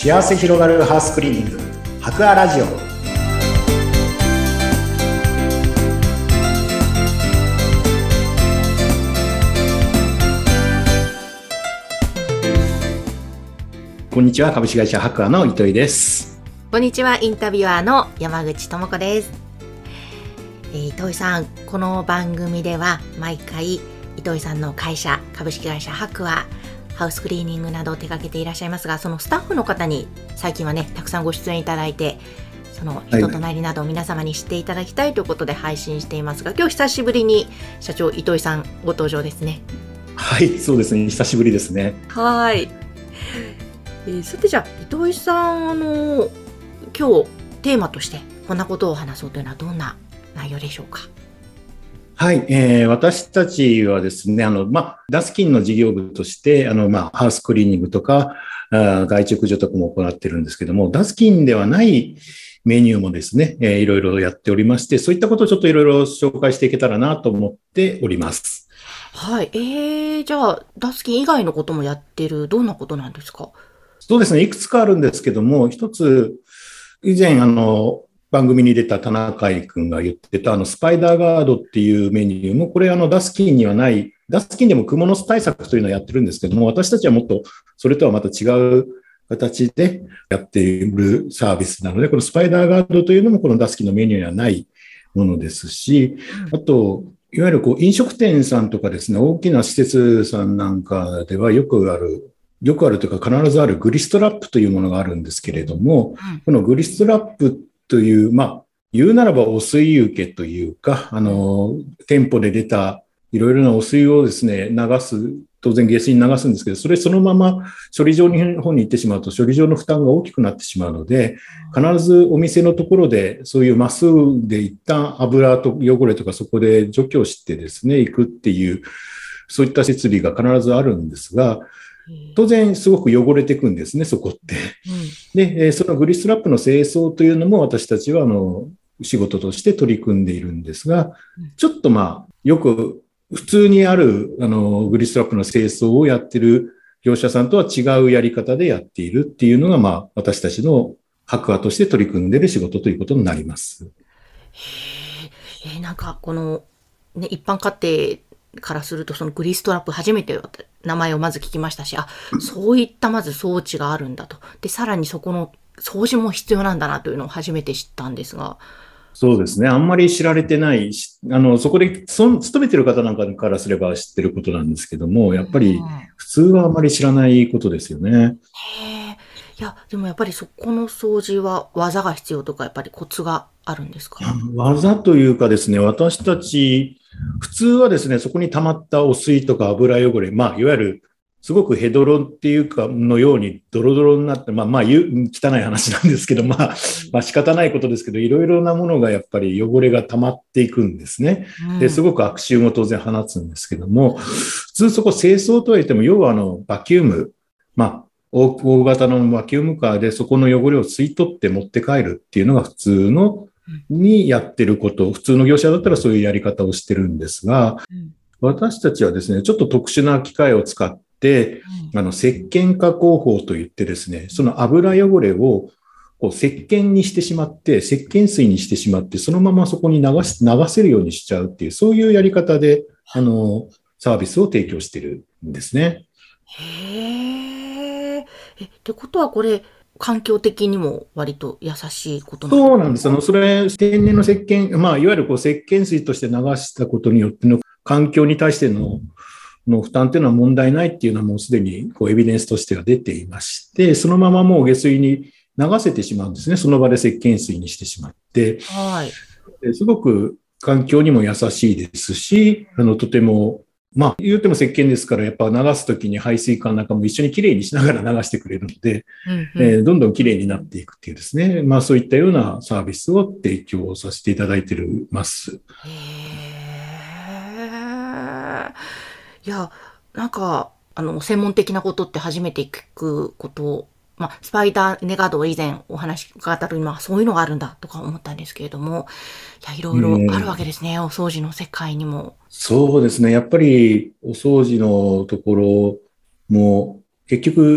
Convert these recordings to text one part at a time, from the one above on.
幸せ広がるハウスクリーニング、博アラジオ。こんにちは、株式会社博アの糸井です。 こんにちは、インタビュアーの山口智子です。糸井さん、この番組では毎回糸井さんの会社、株式会社博ア、ハウスクリーニングなどを手掛けていらっしゃいますが、そのスタッフの方に最近はね、たくさんご出演いただいて、その人となりなどを皆様に知っていただきたいということで配信していますが、今日久しぶりに社長糸井さんご登場ですね。 はい、そうですね、久しぶりですね。 はい。さてじゃあ糸井さん、今日テーマとしてこんなことを話そうというのはどんな内容でしょうか？ はい、私たちはですね、ダスキンの事業部として、ハウスクリーニングとか、外注駆除とかも行ってるんですけども、ダスキンではないメニューもですね、いろいろやっておりまして、そういったことをちょっといろいろ紹介していけたらなと思っております。 はい。じゃあ、ダスキン以外のこともやってる、どんなことなんですか？ そうですね、いくつかあるんですけども、一つ、以前、番組に出た田中井くんが言ってた、スパイダーガードっていうメニューも、これ、ダスキンにはない、ダスキンでもクモの巣対策というのをやってるんですけども、私たちはもっと、それとはまた違う形でやっているサービスなので、このスパイダーガードというのも、このダスキンのメニューにはないものですし、あと、いわゆる飲食店さんとかですね、大きな施設さんなんかではよくあるというか必ずあるグリストラップというものがあるんですけれども、このグリストラップという、言うならばお水受けというか、店舗で出たいろいろなお水をですね、流す、当然下水に流すんですけど、そのまま処理場の方に行ってしまうと処理場の負担が大きくなってしまうので、必ずお店のところでそういうマスで一旦油と汚れとかそこで除去してですね、行くっていう、そういった設備が必ずあるんですが、当然すごく汚れていくんですね、そこって。で、そのグリストラップの清掃というのも私たちは仕事として取り組んでいるんですが、ちょっとよく普通にあるグリストラップの清掃をやっている業者さんとは違うやり方でやっているっていうのが、私たちの博アとして取り組んでいる仕事ということになります。 なんかこの、ね、一般家庭からするとそのグリストラップ初めて名前をまず聞きましたし、そういったまず装置があるんだと。で、さらにそこの掃除も必要なんだなというのを初めて知ったんですが。 そうですね。あんまり知られてないし、そこで勤めてる方なんかからすれば知ってることなんですけども、やっぱり普通はあんまり知らないことですよね。 いや、でもやっぱりそこの掃除は技が必要とか、やっぱりコツがあるんですか？ 技というかですね、私たち、普通はですね、そこに溜まった汚水とか油汚れ、いわゆるすごくヘドロっていうかのようにドロドロになって、汚い話なんですけど、仕方ないことですけど、いろいろなものがやっぱり汚れが溜まっていくんですね。で、すごく悪臭も当然放つんですけども、普通そこ清掃とは言っても、要はバキューム、大型のバキュームカーでそこの汚れを吸い取って持って帰るっていうのが普通のにやってること、普通の業者だったらそういうやり方をしてるんですが、私たちはですね、ちょっと特殊な機械を使って、石鹸加工法といってですね、その油汚れを石鹸にしてしまって、石鹸水にしてしまって、そのままそこに流せるようにしちゃうっていう、そういうやり方で、サービスを提供してるんですね。 ってことはこれ、環境的にも割と優しいことなんですか？ そうなんです。それ、天然の石鹸、いわゆる石鹸水として流したことによっての環境に対しての負担っていうのは問題ないっていうのはもうすでにエビデンスとしては出ていまして、そのままもう下水に流せてしまうんですね。その場で石鹸水にしてしまって。すごく環境にも優しいですし、とても言っても石鹸ですから、やっぱ流すときに排水管なんかも一緒にきれいにしながら流してくれるので、どんどんきれいになっていくっていうですね、そういったようなサービスを提供させていただいています。 いや、なんか、専門的なことって初めて聞くことを、スパイダーネガードを以前お話伺ったときに、そういうのがあるんだとか思ったんですけれども、いろいろあるわけですね、お掃除の世界にも。 そうですね。やっぱりお掃除のところも結局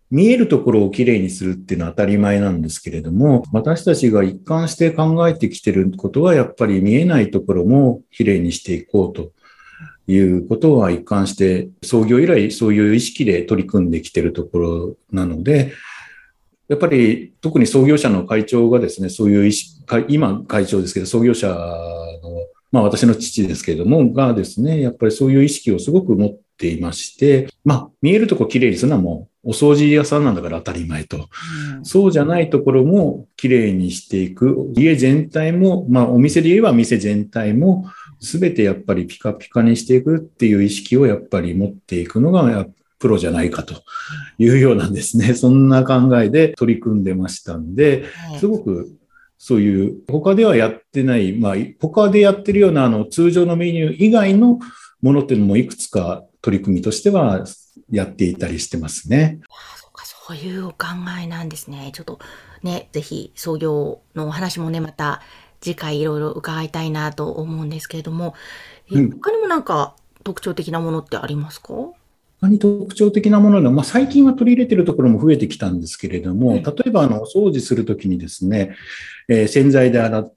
見えるところをきれいにするっていうのは当たり前なんですけれども、私たちが一貫して考えてきていることは、やっぱり見えないところもきれいにしていこうということは一貫して創業以来そういう意識で取り組んできているところなので、やっぱり特に創業者の会長がですね、そういう意識、今会長ですけど、創業者の、私の父ですけれども、がですね、やっぱりそういう意識をすごく持っていまして、見えるところきれいにするのはもうお掃除屋さんなんだから当たり前と。そうじゃないところもきれいにしていく。家全体も、お店で言えば店全体も、すべてやっぱりピカピカにしていくっていう意識をやっぱり持っていくのがプロじゃないかというようなですね、そんな考えで取り組んでましたんで、すごくそういう他ではやってない、他でやってるような通常のメニュー以外のものっていうのもいくつか取り組みとしてはやっていたりしてますね。 そういうお考えなんですね。ちょっとね、ぜひ創業のお話もね、また次回いろいろ伺いたいなと思うんですけれども、他にもなんか特徴的なものってありますか？ 他に特徴的なもので、最近は取り入れているところも増えてきたんですけれども、例えばお掃除するときにですね、洗剤で洗って、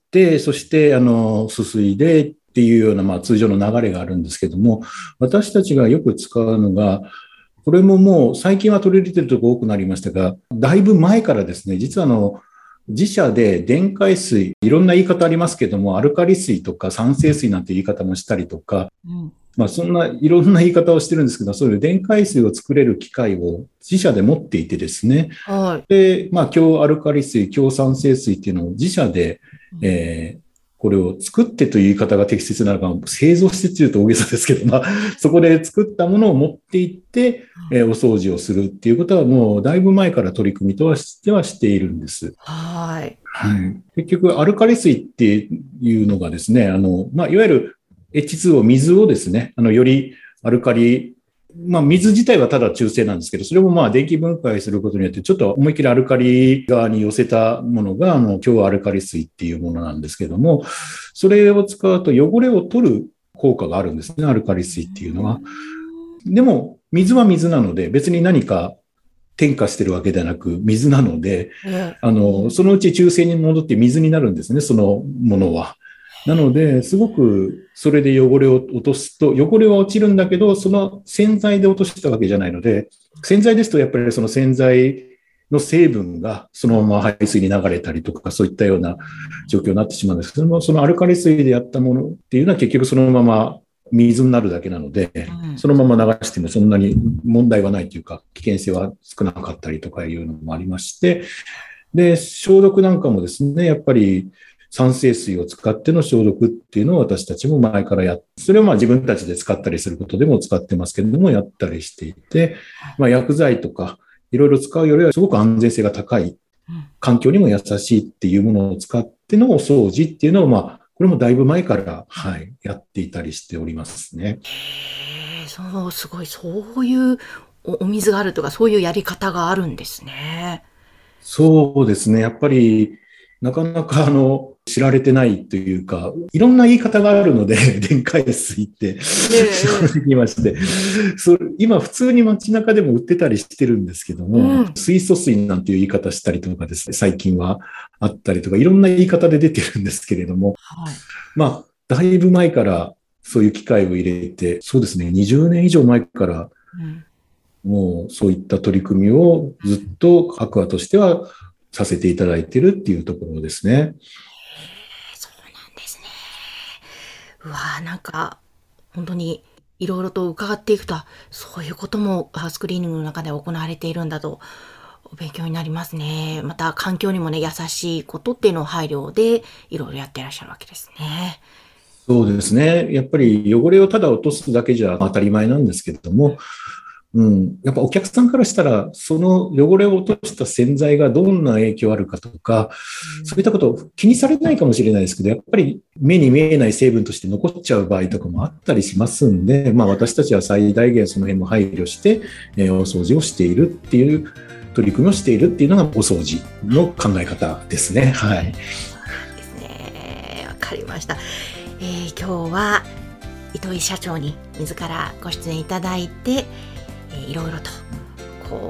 そしてすすいでっていうような通常の流れがあるんですけども、私たちがよく使うのが、これももう最近は取り入れているところ多くなりましたが、だいぶ前からですね、実は自社で電解水、いろんな言い方ありますけども、アルカリ水とか酸性水なんて言い方もしたりとか、そんないろんな言い方をしてるんですけど、そういう電解水を作れる機械を自社で持っていてですね。で、強アルカリ水、強酸性水っていうのを自社で、これを作ってという言い方が適切なのか、製造してというと大げさですけど、そこで作ったものを持っていって、お掃除をするっていうことはもうだいぶ前から取り組みとしてはしているんです。結局、アルカリ水っていうのがですね、いわゆるH2O、水をですね、よりアルカリ、水自体はただ中性なんですけど、それも電気分解することによって、ちょっと思いっきりアルカリ側に寄せたものが、強アルカリ水っていうものなんですけども、それを使うと汚れを取る効果があるんですね、アルカリ水っていうのは。でも、水は水なので、別に何か添加してるわけではなく、水なので、そのうち中性に戻って水になるんですね、そのものは。なので、すごくそれで汚れを落とすと、汚れは落ちるんだけど、その洗剤で落としたわけじゃないので、洗剤ですとやっぱりその洗剤の成分がそのまま排水に流れたりとか、そういったような状況になってしまうんですけども、そのアルカリ水でやったものっていうのは結局そのまま水になるだけなので、そのまま流してもそんなに問題はないというか、危険性は少なかったりとかいうのもありまして、で、消毒なんかもですね、やっぱり酸性水を使っての消毒っていうのを私たちも前からそれを自分たちで使ったりすることでも使ってますけれども、やったりしていて、薬剤とかいろいろ使うよりはすごく安全性が高い、環境にも優しいっていうものを使ってのお掃除っていうのを、これもだいぶ前から、やっていたりしておりますね。 そう、すごい、そういうお水があるとか、そういうやり方があるんですね。 そうですね。やっぱり、なかなか知られてないというか、いろんな言い方があるので、電解水って、正直言いまして、今普通に街中でも売ってたりしてるんですけども、水素水なんていう言い方したりとかですね、最近はあったりとか、いろんな言い方で出てるんですけれども、だいぶ前からそういう機械を入れて、そうですね、20年以上前から、もうそういった取り組みをずっとアクアとしてはさせていただいているっていうところですね。 そうなんですね。うわー、なんか本当にいろいろと伺っていくと、そういうこともハウスクリーニングの中で行われているんだと勉強になりますね。また環境にもね、優しいことっていうのを配慮でいろいろやっていらっしゃるわけですね。 そうですね。やっぱり汚れをただ落とすだけじゃ当たり前なんですけれども、やっぱお客さんからしたら、その汚れを落とした洗剤がどんな影響あるかとか、そういったことを気にされないかもしれないですけど、やっぱり目に見えない成分として残っちゃう場合とかもあったりしますんで、私たちは最大限その辺も配慮して、お掃除をしているっていう、取り組みをしているっていうのがお掃除の考え方ですね。はい。 そうですね。わかりました。今日は糸井社長に自らご出演いただいて、いろいろと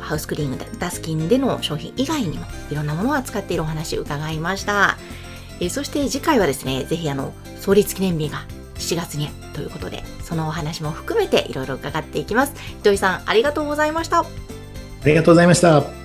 ハウスクリーニングダスキンでの商品以外にもいろんなものを扱っているお話を伺いました。そして次回はですね、ぜひ創立記念日が7月にということで、そのお話も含めていろいろ伺っていきます。糸井さん、ありがとうございました。 ありがとうございました。